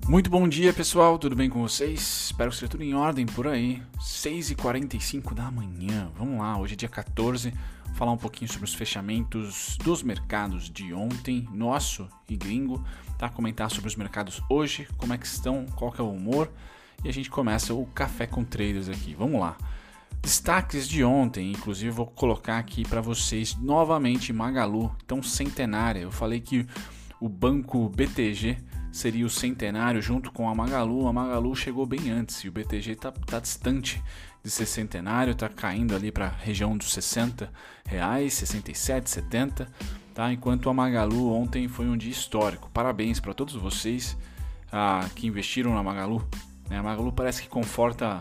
Muito bom dia, pessoal, tudo bem com vocês? Espero que esteja tudo em ordem por aí. 6h45 da manhã, vamos lá, hoje é dia 14, falar um pouquinho sobre os fechamentos dos mercados de ontem, nosso e gringo, tá? Comentar sobre os mercados hoje, como é que estão, qual que é o humor, e a gente começa o Café com Traders aqui, vamos lá. Destaques de ontem, inclusive vou colocar aqui para vocês novamente Magalu, tão centenária. Eu falei que o banco BTG seria o centenário junto com a Magalu chegou bem antes e o BTG está distante de ser centenário, está caindo ali para a região dos R$60, 67, 70, tá? Enquanto a Magalu ontem foi um dia histórico. Parabéns para todos vocês que investiram na Magalu, né? A Magalu parece que conforta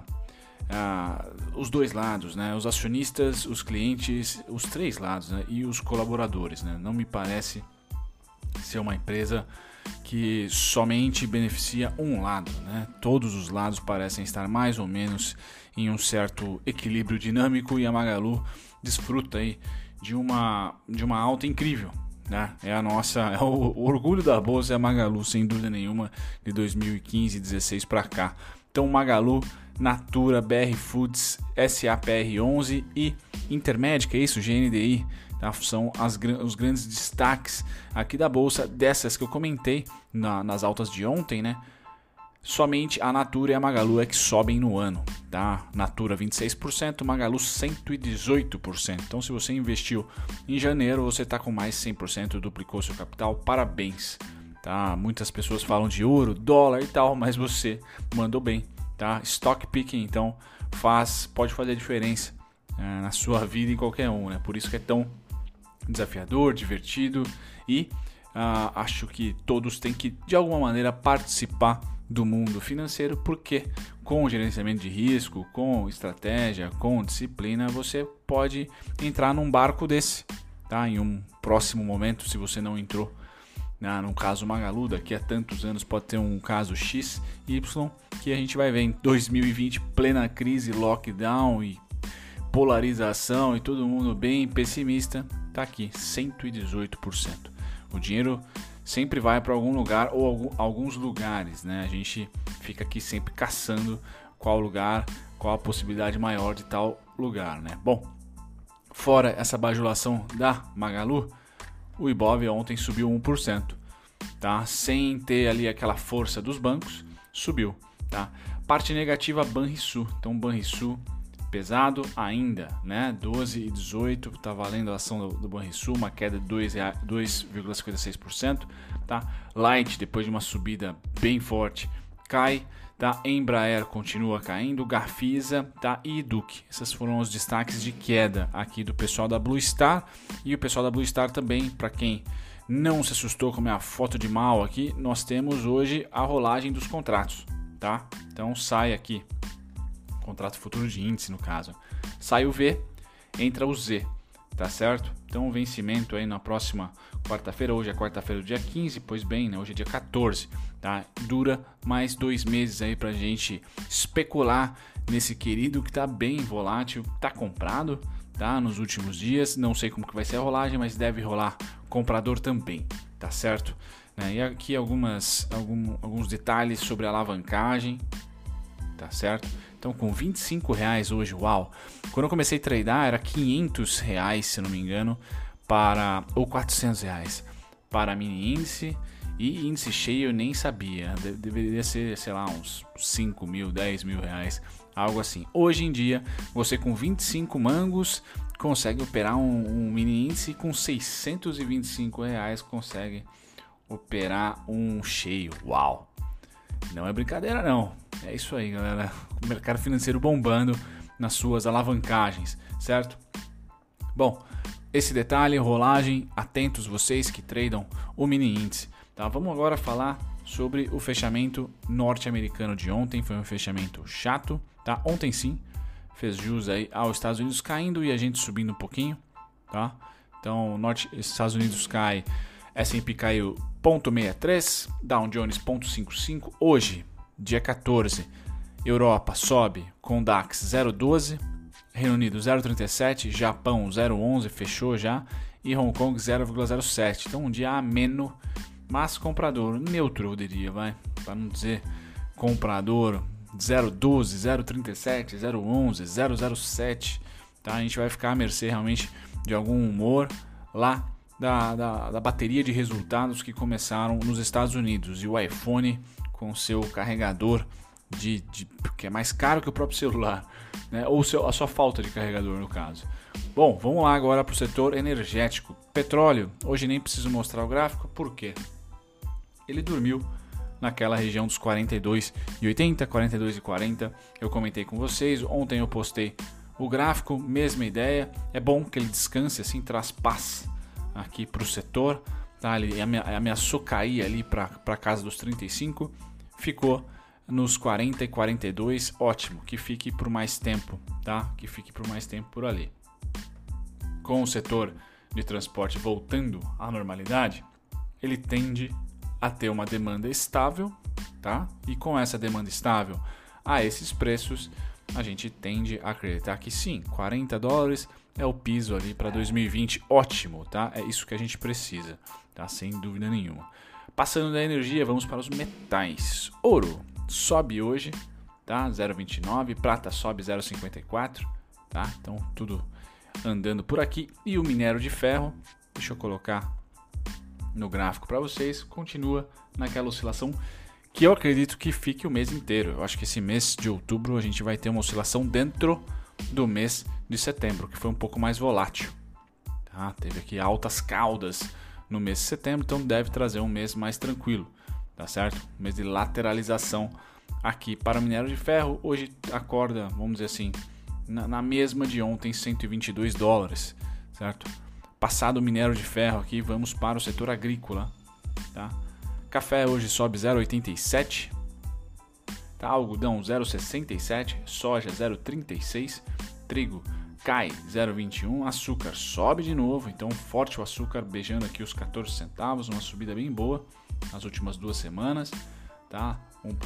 os dois lados, né? Os acionistas, os clientes, os três lados, né? E os colaboradores, né? Não me parece ser uma empresa que somente beneficia um lado, né? Todos os lados parecem estar mais ou menos em um certo equilíbrio dinâmico e a Magalu desfruta aí de uma alta incrível, né? É o orgulho da bolsa é a Magalu, sem dúvida nenhuma, de 2015 e 2016 para cá. Então Magalu, Natura, BR Foods, SAPR11 e Intermédica, é isso, GNDI, tá? São os grandes destaques aqui da bolsa, dessas que eu comentei nas altas de ontem, né? Somente a Natura e a Magalu é que sobem no ano, tá? Natura 26%, Magalu 118%. Então se você investiu em janeiro, você está com mais 100%, duplicou seu capital, parabéns, tá? Muitas pessoas falam de ouro, dólar e tal, mas você mandou bem, tá? Stock picking, então, pode fazer a diferença na sua vida em qualquer um, né? Por isso que é tão desafiador, divertido e acho que todos têm que, de alguma maneira, participar do mundo financeiro, porque com gerenciamento de risco, com estratégia, com disciplina, você pode entrar num barco desse, tá? Em um próximo momento, se você não entrou. No caso Magalu, daqui a tantos anos pode ter um caso X, Y, que a gente vai ver em 2020, plena crise, lockdown e polarização e todo mundo bem pessimista, tá aqui, 118%. O dinheiro sempre vai para algum lugar ou alguns lugares, né? A gente fica aqui sempre caçando qual lugar, qual a possibilidade maior de tal lugar, né? Bom, fora essa bajulação da Magalu, o Ibov ontem subiu 1%, tá? Sem ter ali aquela força dos bancos, subiu, tá? Parte negativa, Banrisul. Então, Banrisul pesado ainda, né? 12,18 tá valendo a ação do Banrisul, uma queda de 2,56%, tá? Light, depois de uma subida bem forte, cai, tá? Embraer continua caindo, Gafisa, tá? E Duke. Esses foram os destaques de queda aqui do pessoal da Blue Star. E o pessoal da Blue Star também, para quem não se assustou com a minha foto de mal aqui, nós temos hoje a rolagem dos contratos, tá? Então sai aqui, contrato futuro de índice no caso, sai o V, entra o Z, tá certo? Então o vencimento aí na próxima quarta-feira, hoje é quarta-feira, dia 15, pois bem, né? Hoje é dia 14, tá? Dura mais 2 meses aí pra gente especular nesse querido que tá bem volátil, tá comprado, tá? Nos últimos dias, não sei como que vai ser a rolagem, mas deve rolar comprador também, tá certo? E aqui alguns detalhes sobre a alavancagem, tá certo? Então com R$25 hoje, uau! Quando eu comecei a tradar era R$500, se não me engano, ou R$400 para mini índice, e índice cheio eu nem sabia, deveria ser, sei lá, uns 5 mil, 10 mil reais, algo assim. Hoje em dia, você com 25 mangos consegue operar um mini índice, com R$625 consegue operar um cheio, uau! Não é brincadeira não, é isso aí galera, o mercado financeiro bombando nas suas alavancagens, certo? Bom, esse detalhe, rolagem, atentos vocês que tradam o mini índice, tá? Vamos agora falar sobre o fechamento norte-americano de ontem, foi um fechamento chato, tá? Ontem sim, fez jus aí aos Estados Unidos caindo e a gente subindo um pouquinho, tá? Então, Estados Unidos cai, S&P caiu 0,63, Dow Jones 0,55. Hoje, dia 14, Europa sobe com DAX 0,12, Reino Unido 0,37, Japão 0,11, fechou já, e Hong Kong 0,07. Então um dia ameno, mas comprador neutro, eu diria, vai. para não dizer comprador, 0,12, 0,37, 0,11, 0,07, tá? A gente vai ficar à mercê realmente de algum humor lá da bateria de resultados que começaram nos Estados Unidos, e o iPhone com seu carregador que é mais caro que o próprio celular, né? Ou a sua falta de carregador no caso. Bom, vamos lá agora para o setor energético. Petróleo, hoje nem preciso mostrar o gráfico, por quê? Ele dormiu naquela região dos 42,80, 42,40. Eu comentei com vocês, ontem eu postei o gráfico, mesma ideia. É bom que ele descanse, assim traz paz aqui para o setor, tá? Ele ameaçou cair ali para casa dos 35, ficou nos 40 e 42, ótimo, que fique por mais tempo, tá? Que fique por mais tempo por ali. Com o setor de transporte voltando à normalidade, ele tende a ter uma demanda estável, tá? E com essa demanda estável a esses preços, a gente tende a acreditar que sim, $40 é o piso ali para 2020, ótimo, tá? É isso que a gente precisa, tá? Sem dúvida nenhuma. Passando da energia, vamos para os metais. Ouro sobe hoje, tá? 0,29, prata sobe 0,54, tá? Então tudo andando por aqui. E o minério de ferro, deixa eu colocar no gráfico para vocês, continua naquela oscilação que eu acredito que fique o mês inteiro. Eu acho que esse mês de outubro a gente vai ter uma oscilação dentro do mês de setembro, que foi um pouco mais volátil, tá? Teve aqui altas caudas no mês de setembro, então deve trazer um mês mais tranquilo, tá certo? Um mês de lateralização aqui para o minério de ferro. Hoje acorda, vamos dizer assim, na mesma de ontem, $122, certo? Passado o minério de ferro aqui, vamos para o setor agrícola, tá? Café hoje sobe 0,87, tá? Algodão 0,67, soja 0,36, trigo cai 0,21, açúcar sobe de novo, então forte o açúcar, beijando aqui os 14 centavos, uma subida bem boa nas últimas 2 semanas, tá?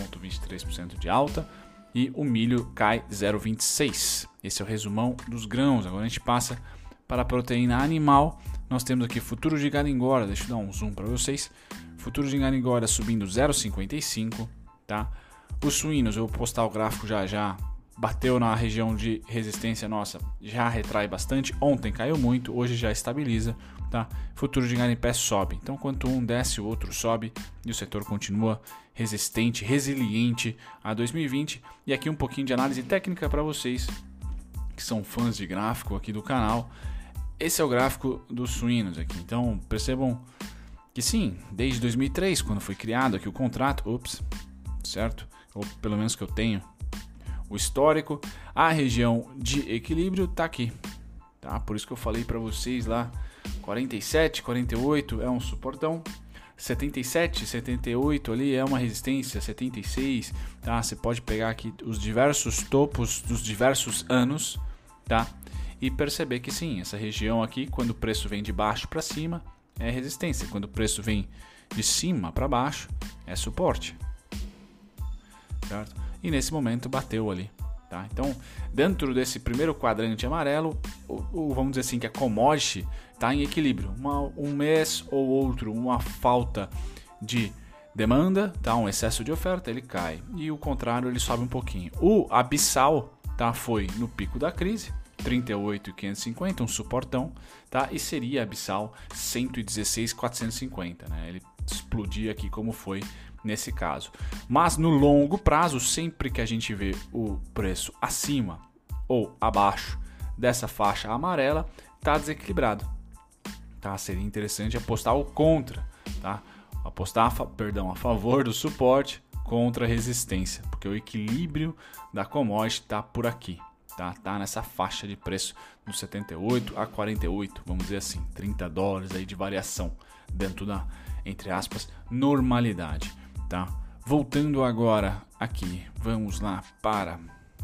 1,23% de alta. E o milho cai 0,26. Esse é o resumão dos grãos. Agora a gente passa para a proteína animal. Nós temos aqui futuro de gado engorda. Deixa eu dar um zoom para vocês. Futuro de gado engorda subindo 0,55, tá? Os suínos, eu vou postar o gráfico já. Bateu na região de resistência nossa, já retrai bastante. Ontem caiu muito, hoje já estabiliza, tá? Futuro de gado em pé sobe. Então, enquanto um desce, o outro sobe e o setor continua resistente, resiliente a 2020. E aqui um pouquinho de análise técnica para vocês que são fãs de gráfico aqui do canal. Esse é o gráfico dos suínos aqui. Então, percebam que sim, desde 2003, quando foi criado aqui o contrato, certo? Ou pelo menos que eu tenho o histórico, a região de equilíbrio está aqui, tá? Por isso que eu falei para vocês lá, 47, 48 é um suportão, 77, 78 ali é uma resistência, 76, tá? Você pode pegar aqui os diversos topos dos diversos anos, tá? E perceber que sim, essa região aqui, quando o preço vem de baixo para cima, é resistência, quando o preço vem de cima para baixo, é suporte, certo? E nesse momento bateu ali, tá? Então, dentro desse primeiro quadrante amarelo, vamos dizer assim que a commodity está em equilíbrio. Um mês ou outro, uma falta de demanda, tá? Um excesso de oferta, ele cai. E o contrário, ele sobe um pouquinho. O abissal, tá? Foi no pico da crise, 38,550, um suportão, tá? E seria abissal 116,450, né? Ele explodia aqui como foi nesse caso. Mas no longo prazo, sempre que a gente vê o preço acima ou abaixo dessa faixa amarela, está desequilibrado, tá? Seria interessante apostar o contra, tá? Apostar a favor do suporte contra a resistência, porque o equilíbrio da commodity está por aqui, tá nessa faixa de preço dos 78 a 48, vamos dizer assim, $30 aí de variação dentro da, entre aspas, normalidade. Tá? Voltando agora aqui, vamos lá para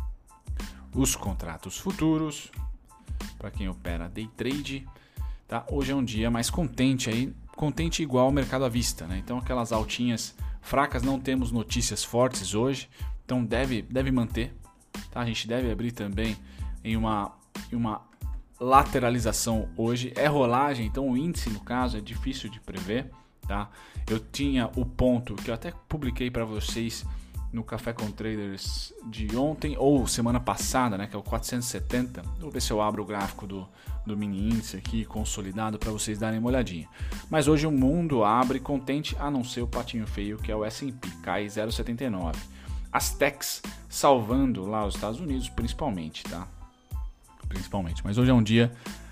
os contratos futuros, para quem opera day trade, tá? Hoje é um dia mais contente igual ao mercado à vista, né? Então aquelas altinhas fracas, não temos notícias fortes hoje, então deve manter, tá? A gente deve abrir também em uma lateralização hoje, é rolagem, então o índice no caso é difícil de prever, tá? Eu tinha o ponto que eu até publiquei para vocês no Café com Traders de ontem ou semana passada, né, que é o 470. Vou ver se eu abro o gráfico do mini índice aqui consolidado para vocês darem uma olhadinha. Mas hoje o mundo abre contente, a não ser o patinho feio que é o S&P, cai 0,79. As techs salvando lá os Estados Unidos principalmente, tá? Principalmente. Mas hoje é um dia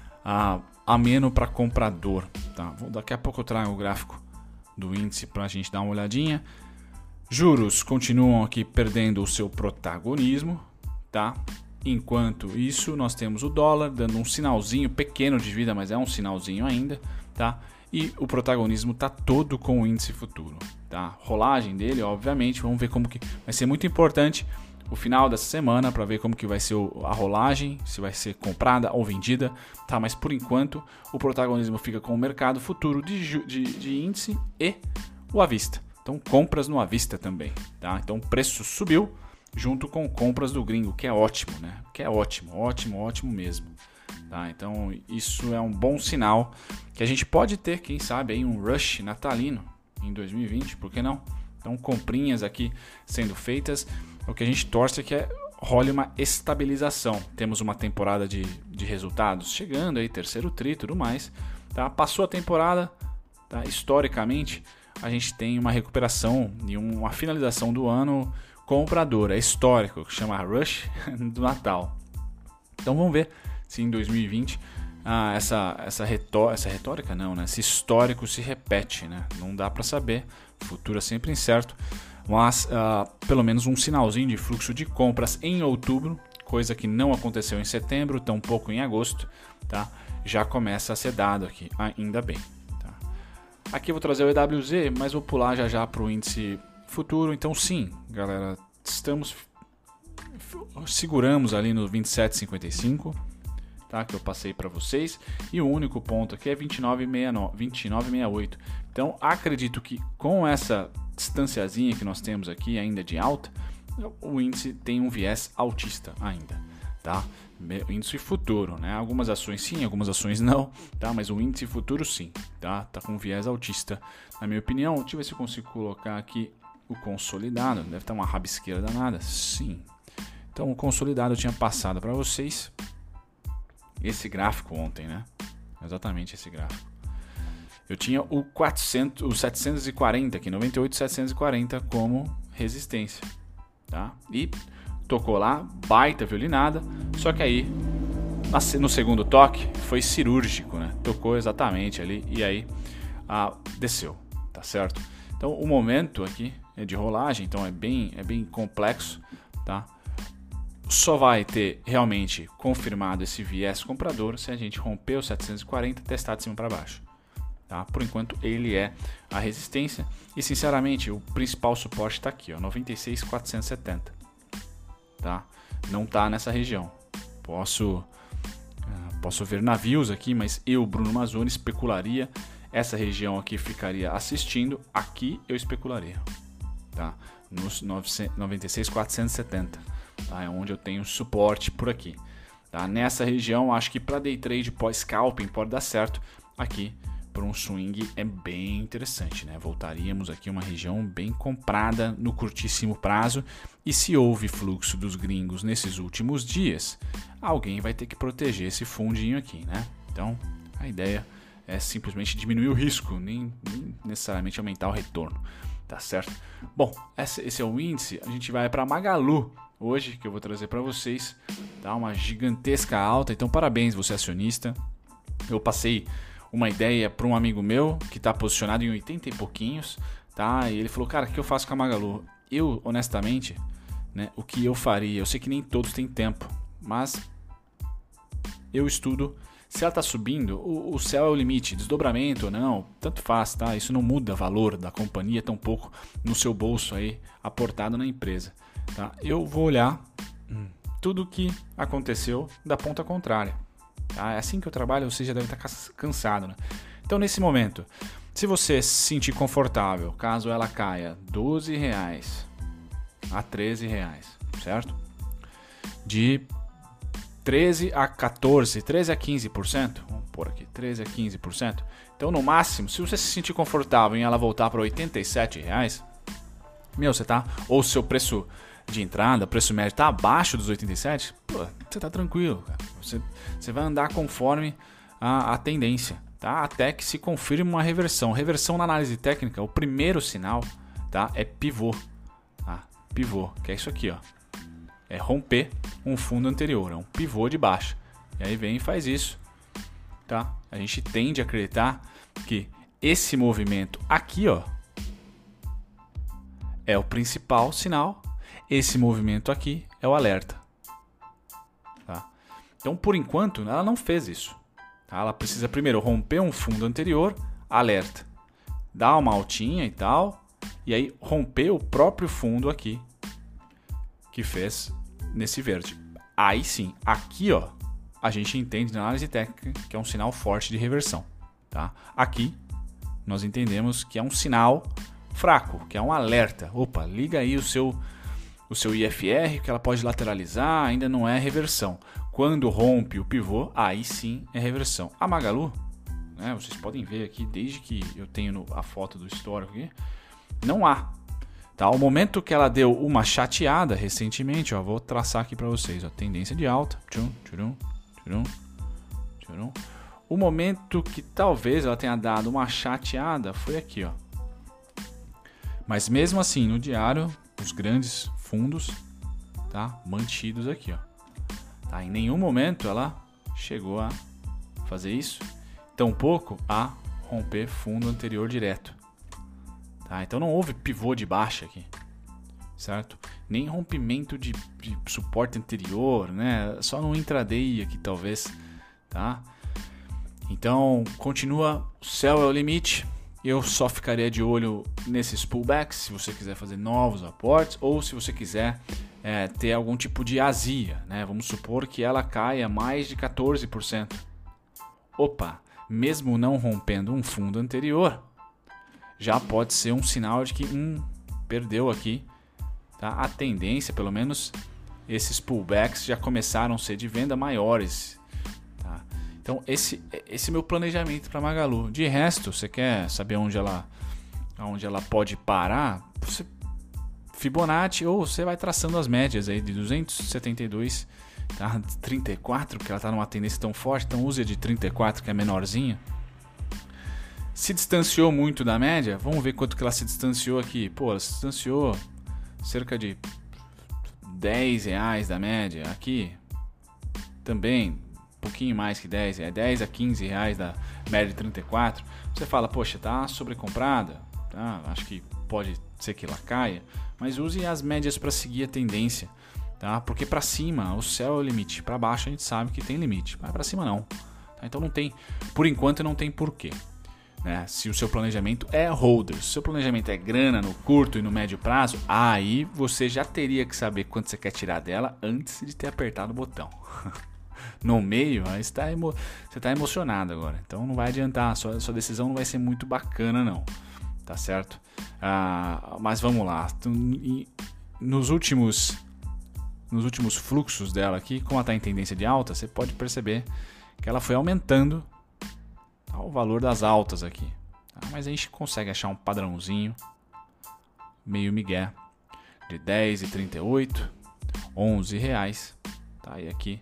ameno para comprador, tá? Daqui a pouco eu trago o gráfico do índice para a gente dar uma olhadinha. Juros continuam aqui perdendo o seu protagonismo, tá? Enquanto isso, nós temos o dólar dando um sinalzinho pequeno de vida, mas é um sinalzinho ainda, tá? E o protagonismo tá todo com o índice futuro, tá? Rolagem dele, obviamente, vamos ver como que vai ser muito importante o final dessa semana para ver como que vai ser a rolagem, se vai ser comprada ou vendida, tá? Mas por enquanto o protagonismo fica com o mercado futuro de índice e o à vista. Então, compras no à vista também, tá? Então, o preço subiu junto com compras do gringo, que é ótimo, né? Que é ótimo, ótimo, ótimo mesmo, tá? Então, isso é um bom sinal que a gente pode ter, quem sabe, aí um rush natalino em 2020, por que não? Então, comprinhas aqui sendo feitas, o que a gente torce é que role uma estabilização. Temos uma temporada de resultados chegando aí, terceiro tri e tudo mais, tá? Passou a temporada, tá? Historicamente, a gente tem uma recuperação e uma finalização do ano comprador, é histórico, que chama Rush do Natal. Então vamos ver se em 2020 essa retórica não, né? Esse histórico se repete, né? Não dá para saber, o futuro é sempre incerto, mas pelo menos um sinalzinho de fluxo de compras em outubro, coisa que não aconteceu em setembro, tampouco em agosto, tá? Já começa a ser dado aqui, ainda bem. Aqui eu vou trazer o EWZ, mas vou pular já para o índice futuro. Então sim, galera, seguramos ali no 27,55, tá? Que eu passei para vocês. E o único ponto aqui é 29,68. Então acredito que com essa distanciazinha que nós temos aqui ainda de alta, o índice tem um viés altista ainda, tá? Índice futuro, né? Algumas ações sim, algumas ações não, tá? Mas o índice futuro sim, tá? Tá com viés altista, na minha opinião. Deixa eu ver se eu consigo colocar aqui o consolidado. Deve estar uma rabisqueira danada, sim. Então o consolidado eu tinha passado para vocês esse gráfico ontem, né? Exatamente esse gráfico. Eu tinha o 740 aqui, 98,740 como resistência, tá? E tocou lá, baita violinada, só que aí no segundo toque foi cirúrgico, né? Tocou exatamente ali e aí desceu, tá certo? Então o momento aqui é de rolagem, então é bem complexo, tá? Só vai ter realmente confirmado esse viés comprador se a gente romper o 740 e testar de cima para baixo, tá? Por enquanto ele é a resistência e sinceramente o principal suporte está aqui, ó, 96,470. Tá? Não está nessa região. Posso ver navios aqui, mas eu, Bruno Mazzoni, especularia. Essa região aqui ficaria assistindo. Aqui eu especularia, tá? Nos 96,470, tá? É onde eu tenho suporte por aqui, tá? Nessa região, acho que para day trade pós-scalping pode dar certo. Aqui, para um swing é bem interessante, né? Voltaríamos aqui a uma região bem comprada no curtíssimo prazo. E se houve fluxo dos gringos nesses últimos dias, alguém vai ter que proteger esse fundinho aqui, né? Então, a ideia é simplesmente diminuir o risco, nem necessariamente aumentar o retorno, tá certo? Bom, esse é o índice. A gente vai para Magalu hoje, que eu vou trazer para vocês, tá? Uma gigantesca alta. Então, parabéns, você acionista. Eu passei uma ideia para um amigo meu que está posicionado em 80 e pouquinhos, tá? E ele falou, cara, o que eu faço com a Magalu? Eu, honestamente, né, o que eu faria? Eu sei que nem todos têm tempo, mas eu estudo. Se ela está subindo, o céu é o limite, desdobramento ou não, tanto faz, tá? Isso não muda o valor da companhia, tampouco no seu bolso aí, aportado na empresa, tá? Eu vou olhar tudo o que aconteceu da ponta contrária. Tá? É assim que eu trabalho, você já deve estar cansado, né? Então, nesse momento, se você se sentir confortável, caso ela caia R$12 a R$13, certo? De 13 a 14, 13 a 15%. Vamos pôr aqui, 13 a 15%. Então, no máximo, se você se sentir confortável em ela voltar para R$ 87,00, você tá... Ou o seu preço de entrada, preço médio tá abaixo dos 87, pô, você tá tranquilo, cara. Você vai andar conforme a tendência, tá? Até que se confirme uma reversão. Reversão na análise técnica, o primeiro sinal, tá? É pivô. Pivô, que é isso aqui, ó. É romper um fundo anterior, é um pivô de baixa. E aí vem e faz isso, tá? A gente tende a acreditar que esse movimento aqui, ó, é o principal sinal. Esse movimento aqui é o alerta. Tá? Então, por enquanto, ela não fez isso. Tá? Ela precisa primeiro romper um fundo anterior, alerta. Dar uma altinha e tal. E aí romper o próprio fundo aqui que fez nesse verde. Aí sim, aqui ó, a gente entende na análise técnica que é um sinal forte de reversão. Tá? Aqui nós entendemos que é um sinal fraco, que é um alerta. Opa, liga aí o seu IFR, que ela pode lateralizar, ainda não é reversão. Quando rompe o pivô, aí sim é reversão. A Magalu, né, vocês podem ver aqui, desde que eu tenho a foto do histórico aqui, não há. Tá? O momento que ela deu uma chateada recentemente, ó, vou traçar aqui para vocês, ó, tendência de alta. O momento que talvez ela tenha dado uma chateada foi aqui, ó. Mas mesmo assim, no diário, os grandes fundos, tá, mantidos aqui, ó. Tá, em nenhum momento ela chegou a fazer isso, tampouco a romper fundo anterior direto. Tá, então não houve pivô de baixa aqui, certo? Nem rompimento de suporte anterior, né? Só no intraday aqui talvez, tá? Então continua, o céu é o limite. Eu só ficaria de olho nesses pullbacks se você quiser fazer novos aportes ou se você quiser ter algum tipo de azia, né? Vamos supor que ela caia mais de 14%. Opa, mesmo não rompendo um fundo anterior, já pode ser um sinal de que perdeu aqui, tá? A tendência, pelo menos esses pullbacks já começaram a ser de venda maiores. Então, esse é meu planejamento para Magalu. De resto, você quer saber onde ela pode parar? Você, Fibonacci, ou você vai traçando as médias aí de 272, tá? 34, porque ela está numa tendência tão forte, então use a de 34, que é menorzinha. Se distanciou muito da média, vamos ver quanto que ela se distanciou aqui. Pô, ela se distanciou cerca de R$10 da média. Aqui também pouquinho mais que 10, é 10 a 15 reais da média de 34, você fala, poxa, tá sobrecomprada, tá? Acho que pode ser que ela caia, mas use as médias para seguir a tendência, tá? Porque para cima o céu é o limite, para baixo a gente sabe que tem limite, mas para cima não, tá? Então não tem, por enquanto não tem porquê, né? Se o seu planejamento é holder, se o seu planejamento é grana no curto e no médio prazo, aí você já teria que saber quanto você quer tirar dela antes de ter apertado o botão. No meio, aí você está emocionado agora. Então não vai adiantar, sua decisão não vai ser muito bacana não. Tá certo? Mas vamos lá. Nos últimos fluxos dela aqui, como ela está em tendência de alta, você pode perceber que ela foi aumentando o valor das altas aqui. Tá? Mas a gente consegue achar um padrãozinho meio migué de 10,38, R$11. Tá? E aqui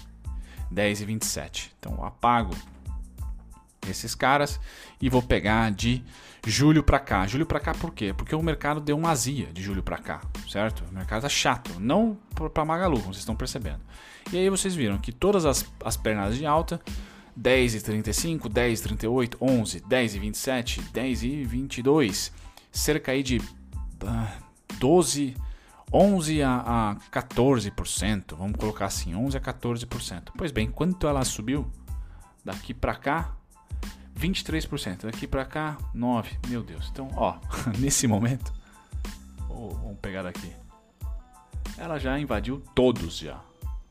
10,27. Então apago esses caras e vou pegar de julho para cá. Julho para cá por quê? Porque o mercado deu uma azia de julho para cá, certo? O mercado tá chato, não para Magalu, como vocês estão percebendo. E aí vocês viram que todas as pernas de alta, 10,35, 10,38, 11, 10,27, 10,22, cerca aí de 11 a 14%, vamos colocar assim, 11 a 14%. Pois bem, quanto ela subiu? Daqui para cá, 23%. Daqui para cá, 9%. Meu Deus. Então, ó, nesse momento, vamos pegar daqui. Ela já invadiu todos já.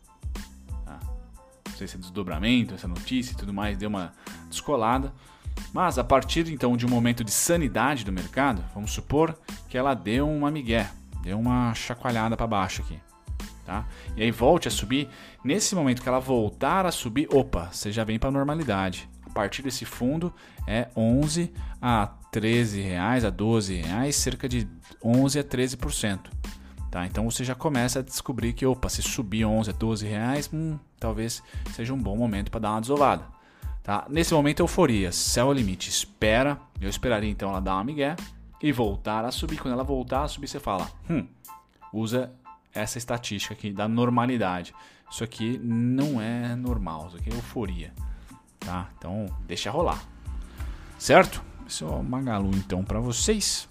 Não sei se é desdobramento, essa notícia e tudo mais, deu uma descolada. Mas a partir então de um momento de sanidade do mercado, vamos supor que ela deu uma migué. Deu uma chacoalhada para baixo aqui, tá? E aí volte a subir. Nesse momento que ela voltar a subir, opa, você já vem para a normalidade. A partir desse fundo é 11 a 13 reais, a 12 reais, cerca de 11 a 13%. Tá? Então você já começa a descobrir que, opa, se subir 11 a 12 reais, talvez seja um bom momento para dar uma desovada. Tá? Nesse momento, euforia, céu é o limite, espera. Eu esperaria então ela dar uma migué e voltar a subir. Quando ela voltar a subir, você fala, usa essa estatística aqui da normalidade. Isso aqui não é normal, isso aqui é euforia. Tá? Então, deixa rolar. Certo? Esse é o Magalu então para vocês.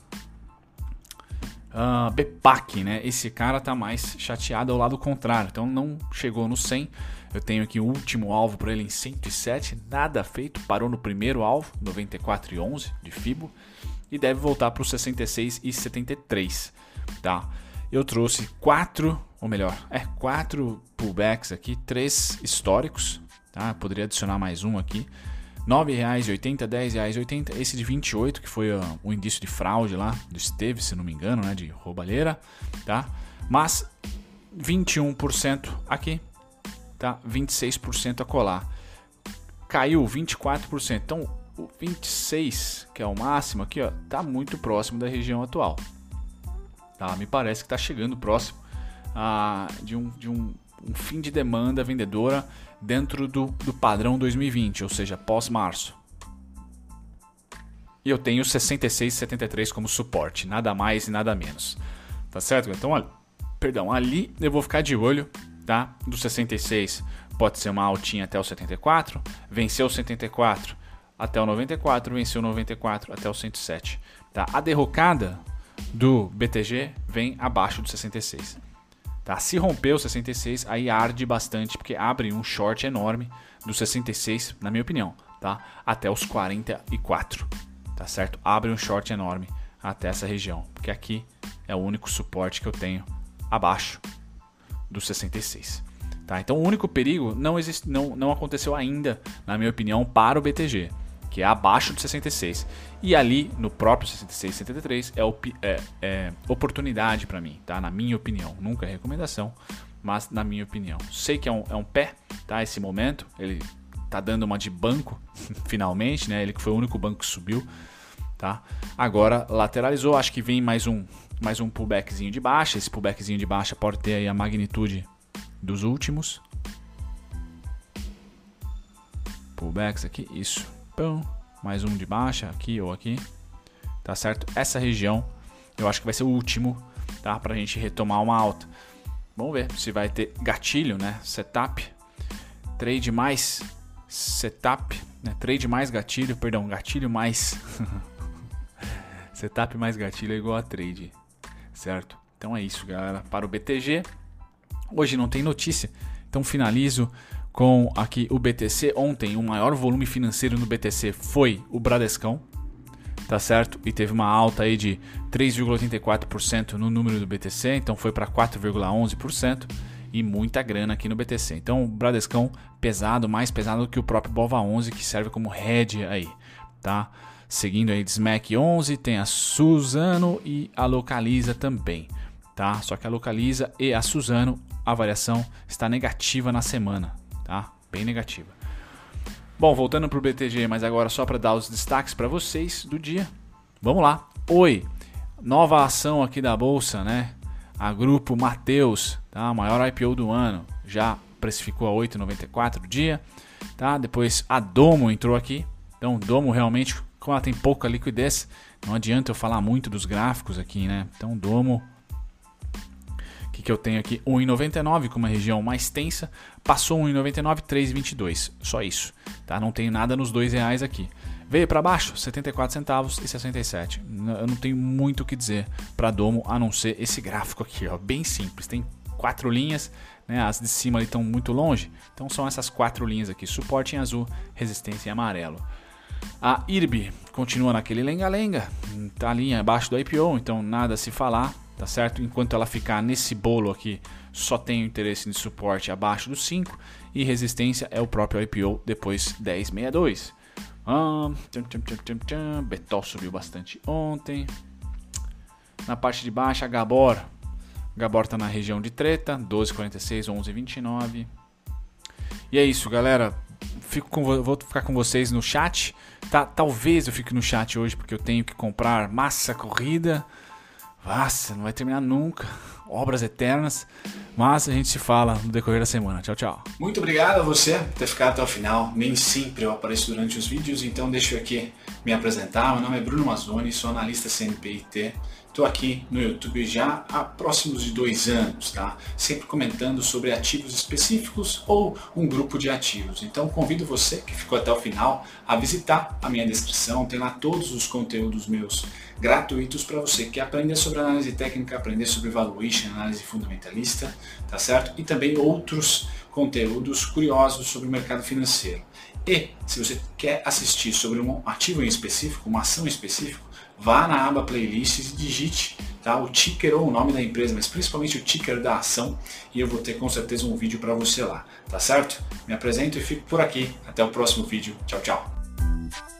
Bepac, né? Esse cara tá mais chateado ao lado contrário. Então não chegou no 100. Eu tenho aqui o último alvo para ele em 107. Nada feito. Parou no primeiro alvo, 94,11 de Fibo. E deve voltar para os 66,73. Tá? Eu trouxe 4 pullbacks aqui. 3 históricos. Tá? Poderia adicionar mais um aqui. R$ 9,80, R$ 10,80, esse de 28, que foi o indício de fraude lá do Esteve, se não me engano, né, de roubalheira, tá? Mas 21% aqui, tá? 26% a colar. Caiu 24%. Então, o 26, que é o máximo aqui, ó, tá muito próximo da região atual. Tá? Me parece que tá chegando próximo de um fim de demanda vendedora dentro do padrão 2020, ou seja, pós-março. E eu tenho 66,73 como suporte, nada mais e nada menos. Tá certo? Então, ali eu vou ficar de olho, tá? Do 66 pode ser uma altinha até o 74, venceu o 74 até o 94, venceu o 94 até o 107. Tá? A derrocada do BTG vem abaixo do 66. Tá? Se romper o 66, aí arde bastante, porque abre um short enorme do 66, na minha opinião, tá? Até os 44, tá certo? Abre um short enorme até essa região, porque aqui é o único suporte que eu tenho abaixo do 66. Tá? Então o único perigo não aconteceu ainda, na minha opinião, para o BTG, que é abaixo de 66. E ali, no próprio 66, 73, é oportunidade para mim, tá? Na minha opinião. Nunca é recomendação, mas na minha opinião. Sei que é um pé, tá? Esse momento, ele tá dando uma de banco, finalmente, né? Ele que foi o único banco que subiu, tá? Agora, lateralizou, acho que vem mais um pullbackzinho de baixa. Esse pullbackzinho de baixa pode ter aí a magnitude dos últimos. Pullbacks aqui, isso. Mais um de baixa aqui ou aqui, tá certo? Essa região eu acho que vai ser o último, tá? Pra gente retomar uma alta. Vamos ver se vai ter gatilho, né? Setup, trade mais setup, né? Trade mais gatilho, perdão, gatilho mais setup mais gatilho é igual a trade, certo? Então é isso, galera, para o BTG. Hoje não tem notícia, então finalizo com aqui o BTC. Ontem o maior volume financeiro no BTC foi o Bradescão, tá certo? E teve uma alta aí de 3,84% no número do BTC, então foi para 4,11% e muita grana aqui no BTC. Então o Bradescão pesado, mais pesado que o próprio BOVA11, que serve como hedge aí, tá? Seguindo aí de SMAC 11, tem a Suzano e a Localiza também, tá? Só que a Localiza e a Suzano, a variação está negativa na semana, tá? Bem negativa. Bom, voltando para o BTG, mas agora só para dar os destaques para vocês do dia. Vamos lá. Oi, nova ação aqui da Bolsa, né? A Grupo Mateus, tá? A maior IPO do ano, já precificou a 8,94 o dia, tá? Depois a Domo entrou aqui. Então, Domo realmente, como ela tem pouca liquidez, não adianta eu falar muito dos gráficos aqui, né? Então, Domo, que eu tenho aqui 1,99 com uma região mais tensa, passou 1,99, 3,22, só isso, tá? Não tenho nada nos R$2 aqui. Veio para baixo, 74 centavos e 67. Eu não tenho muito o que dizer para Domo, a não ser esse gráfico aqui, ó, bem simples. Tem 4 linhas, né? As de cima ali estão muito longe, então são essas 4 linhas aqui: suporte em azul, resistência em amarelo. A IRB continua naquele lenga-lenga, tá ali abaixo do IPO, então nada a se falar. Tá certo? Enquanto ela ficar nesse bolo aqui, só tenho interesse de suporte abaixo dos 5 e resistência é o próprio IPO depois 10,62. Betol subiu bastante ontem. Na parte de baixo, a Gabor Gabor tá na região de treta, 12,46, 11,29. E é isso, galera. Vou ficar com vocês no chat. Talvez eu fique no chat hoje porque eu tenho que comprar massa corrida. Nossa, não vai terminar nunca. Obras eternas. Mas a gente se fala no decorrer da semana. Tchau, tchau. Muito obrigado a você por ter ficado até o final. Nem sempre eu apareço durante os vídeos, então deixa eu aqui me apresentar. Meu nome é Bruno Mazzoni, sou analista CNPIT. Estou aqui no YouTube já há próximos de 2 anos, tá? Sempre comentando sobre ativos específicos ou um grupo de ativos. Então convido você que ficou até o final a visitar a minha descrição, tem lá todos os conteúdos meus gratuitos para você que quer aprender sobre análise técnica, aprender sobre valuation, análise fundamentalista, tá certo? E também outros conteúdos curiosos sobre o mercado financeiro. E se você quer assistir sobre um ativo em específico, uma ação em específico, vá na aba playlists e digite, tá, o ticker ou o nome da empresa, mas principalmente o ticker da ação, e eu vou ter com certeza um vídeo para você lá, tá certo? Me apresento e fico por aqui. Até o próximo vídeo. Tchau, tchau.